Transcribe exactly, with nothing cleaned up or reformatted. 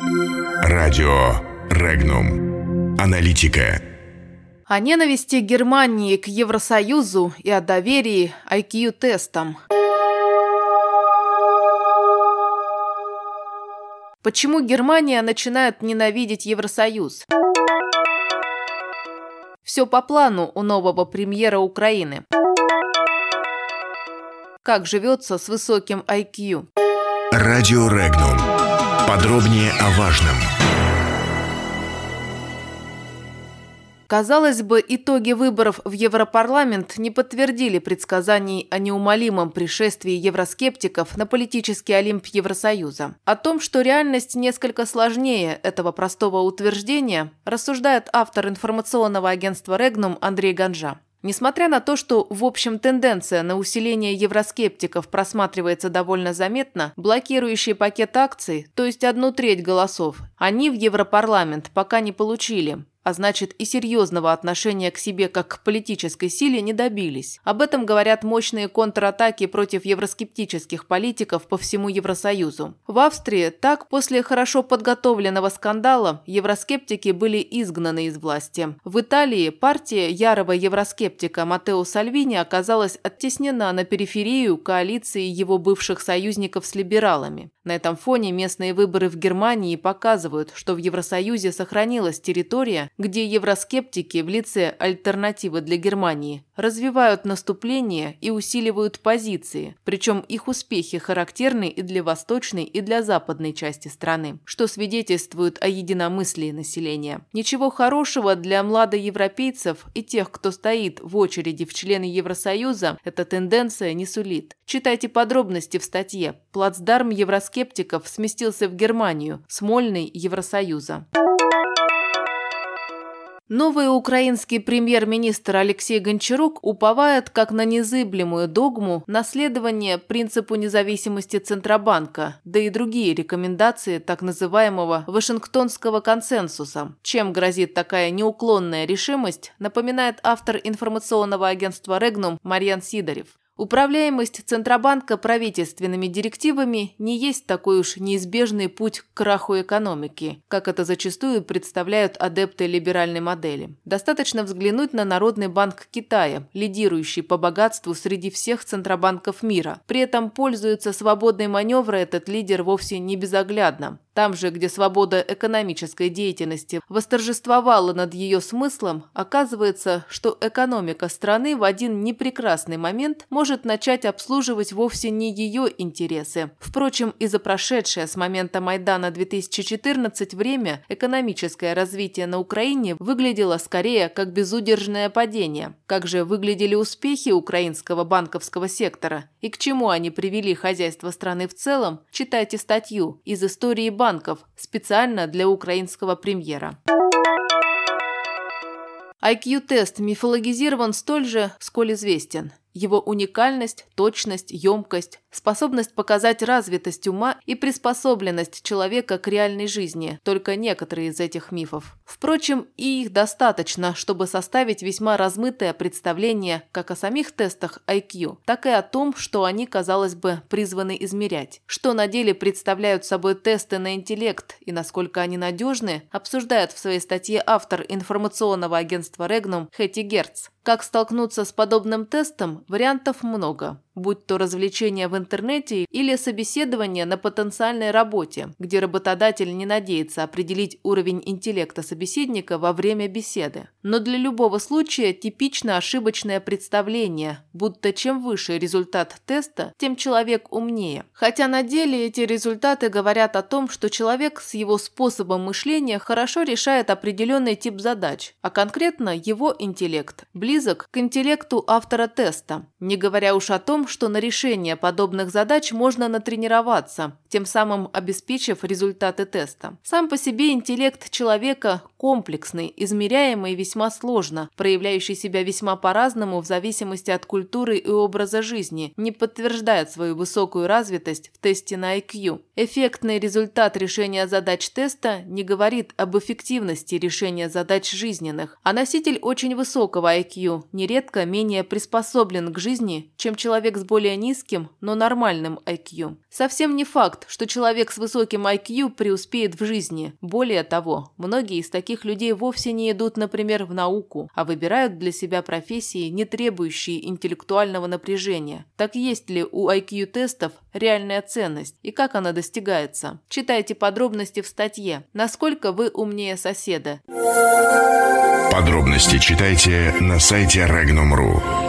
Радио Регнум. Аналитика. О ненависти Германии к Евросоюзу и о доверии ай кью-тестам. Почему Германия начинает ненавидеть Евросоюз? Все по плану у нового премьера Украины. Как живется с высоким ай кью? Радио Регнум. Подробнее о важном. Казалось бы, итоги выборов в Европарламент не подтвердили предсказаний о неумолимом пришествии евроскептиков на политический олимп Евросоюза. О том, что реальность несколько сложнее этого простого утверждения, рассуждает автор информационного агентства Регнум Андрей Ганжа. Несмотря на то, что, в общем, тенденция на усиление евроскептиков просматривается довольно заметно, блокирующий пакет акций, то есть одну треть голосов, они в Европарламент пока не получили. А значит, и серьезного отношения к себе как к политической силе не добились. Об этом говорят мощные контратаки против евроскептических политиков по всему Евросоюзу. В Австрии так после хорошо подготовленного скандала евроскептики были изгнаны из власти. В Италии партия ярого евроскептика Маттео Сальвини оказалась оттеснена на периферию коалиции его бывших союзников с либералами. На этом фоне местные выборы в Германии показывают, что в Евросоюзе сохранилась территория, где евроскептики в лице альтернативы для Германии развивают наступление и усиливают позиции, причем их успехи характерны и для восточной, и для западной части страны, что свидетельствует о единомыслии населения. Ничего хорошего для младоевропейцев и тех, кто стоит в очереди в члены Евросоюза, эта тенденция не сулит. Читайте подробности в статье «Плацдарм евроскептиков сместился в Германию. Смольный Евросоюза». Новый украинский премьер-министр Алексей Гончарук уповает как на незыблемую догму наследование принципу независимости Центробанка, да и другие рекомендации так называемого Вашингтонского консенсуса. Чем грозит такая неуклонная решимость, напоминает автор информационного агентства Регнум Марьян Сидорев. Управляемость Центробанка правительственными директивами не есть такой уж неизбежный путь к краху экономики, как это зачастую представляют адепты либеральной модели. Достаточно взглянуть на Народный банк Китая, лидирующий по богатству среди всех центробанков мира. При этом пользуется свободной маневрой этот лидер вовсе не безоглядно. Там же, где свобода экономической деятельности восторжествовала над ее смыслом, оказывается, что экономика страны в один непрекрасный момент может начать обслуживать вовсе не ее интересы. Впрочем, и за прошедшее с момента Майдана две тысячи четырнадцатого время экономическое развитие на Украине выглядело скорее как безудержное падение. Как же выглядели успехи украинского банковского сектора и к чему они привели хозяйство страны в целом, читайте статью из истории банка. банков специально для украинского премьера. ай кью-тест мифологизирован столь же, сколь известен. Его уникальность, точность, емкость, способность показать развитость ума и приспособленность человека к реальной жизни – только некоторые из этих мифов. Впрочем, и их достаточно, чтобы составить весьма размытое представление как о самих тестах ай кью, так и о том, что они, казалось бы, призваны измерять. Что на деле представляют собой тесты на интеллект и насколько они надежны, обсуждает в своей статье автор информационного агентства Регнум Хэти Герц. Как столкнуться с подобным тестом, вариантов много. Будь то развлечения в интернете или собеседование на потенциальной работе, где работодатель не надеется определить уровень интеллекта собеседника во время беседы. Но для любого случая типично ошибочное представление, будто чем выше результат теста, тем человек умнее. Хотя на деле эти результаты говорят о том, что человек с его способом мышления хорошо решает определенный тип задач, а конкретно его интеллект близок к интеллекту автора теста, не говоря уж о том, что на решение подобных задач можно натренироваться, тем самым обеспечив результаты теста. Сам по себе интеллект человека комплексный, измеряемый весьма сложно, проявляющий себя весьма по-разному в зависимости от культуры и образа жизни, не подтверждает свою высокую развитость в тесте на ай кью. Эффектный результат решения задач теста не говорит об эффективности решения задач жизненных, а носитель очень высокого ай кью нередко менее приспособлен к жизни, чем человек человек с более низким, но нормальным ай кью. Совсем не факт, что человек с высоким ай кью преуспеет в жизни. Более того, многие из таких людей вовсе не идут, например, в науку, а выбирают для себя профессии, не требующие интеллектуального напряжения. Так есть ли у ай кью-тестов реальная ценность и как она достигается? Читайте подробности в статье «Насколько вы умнее соседа». Подробности читайте на сайте регнум точка ру.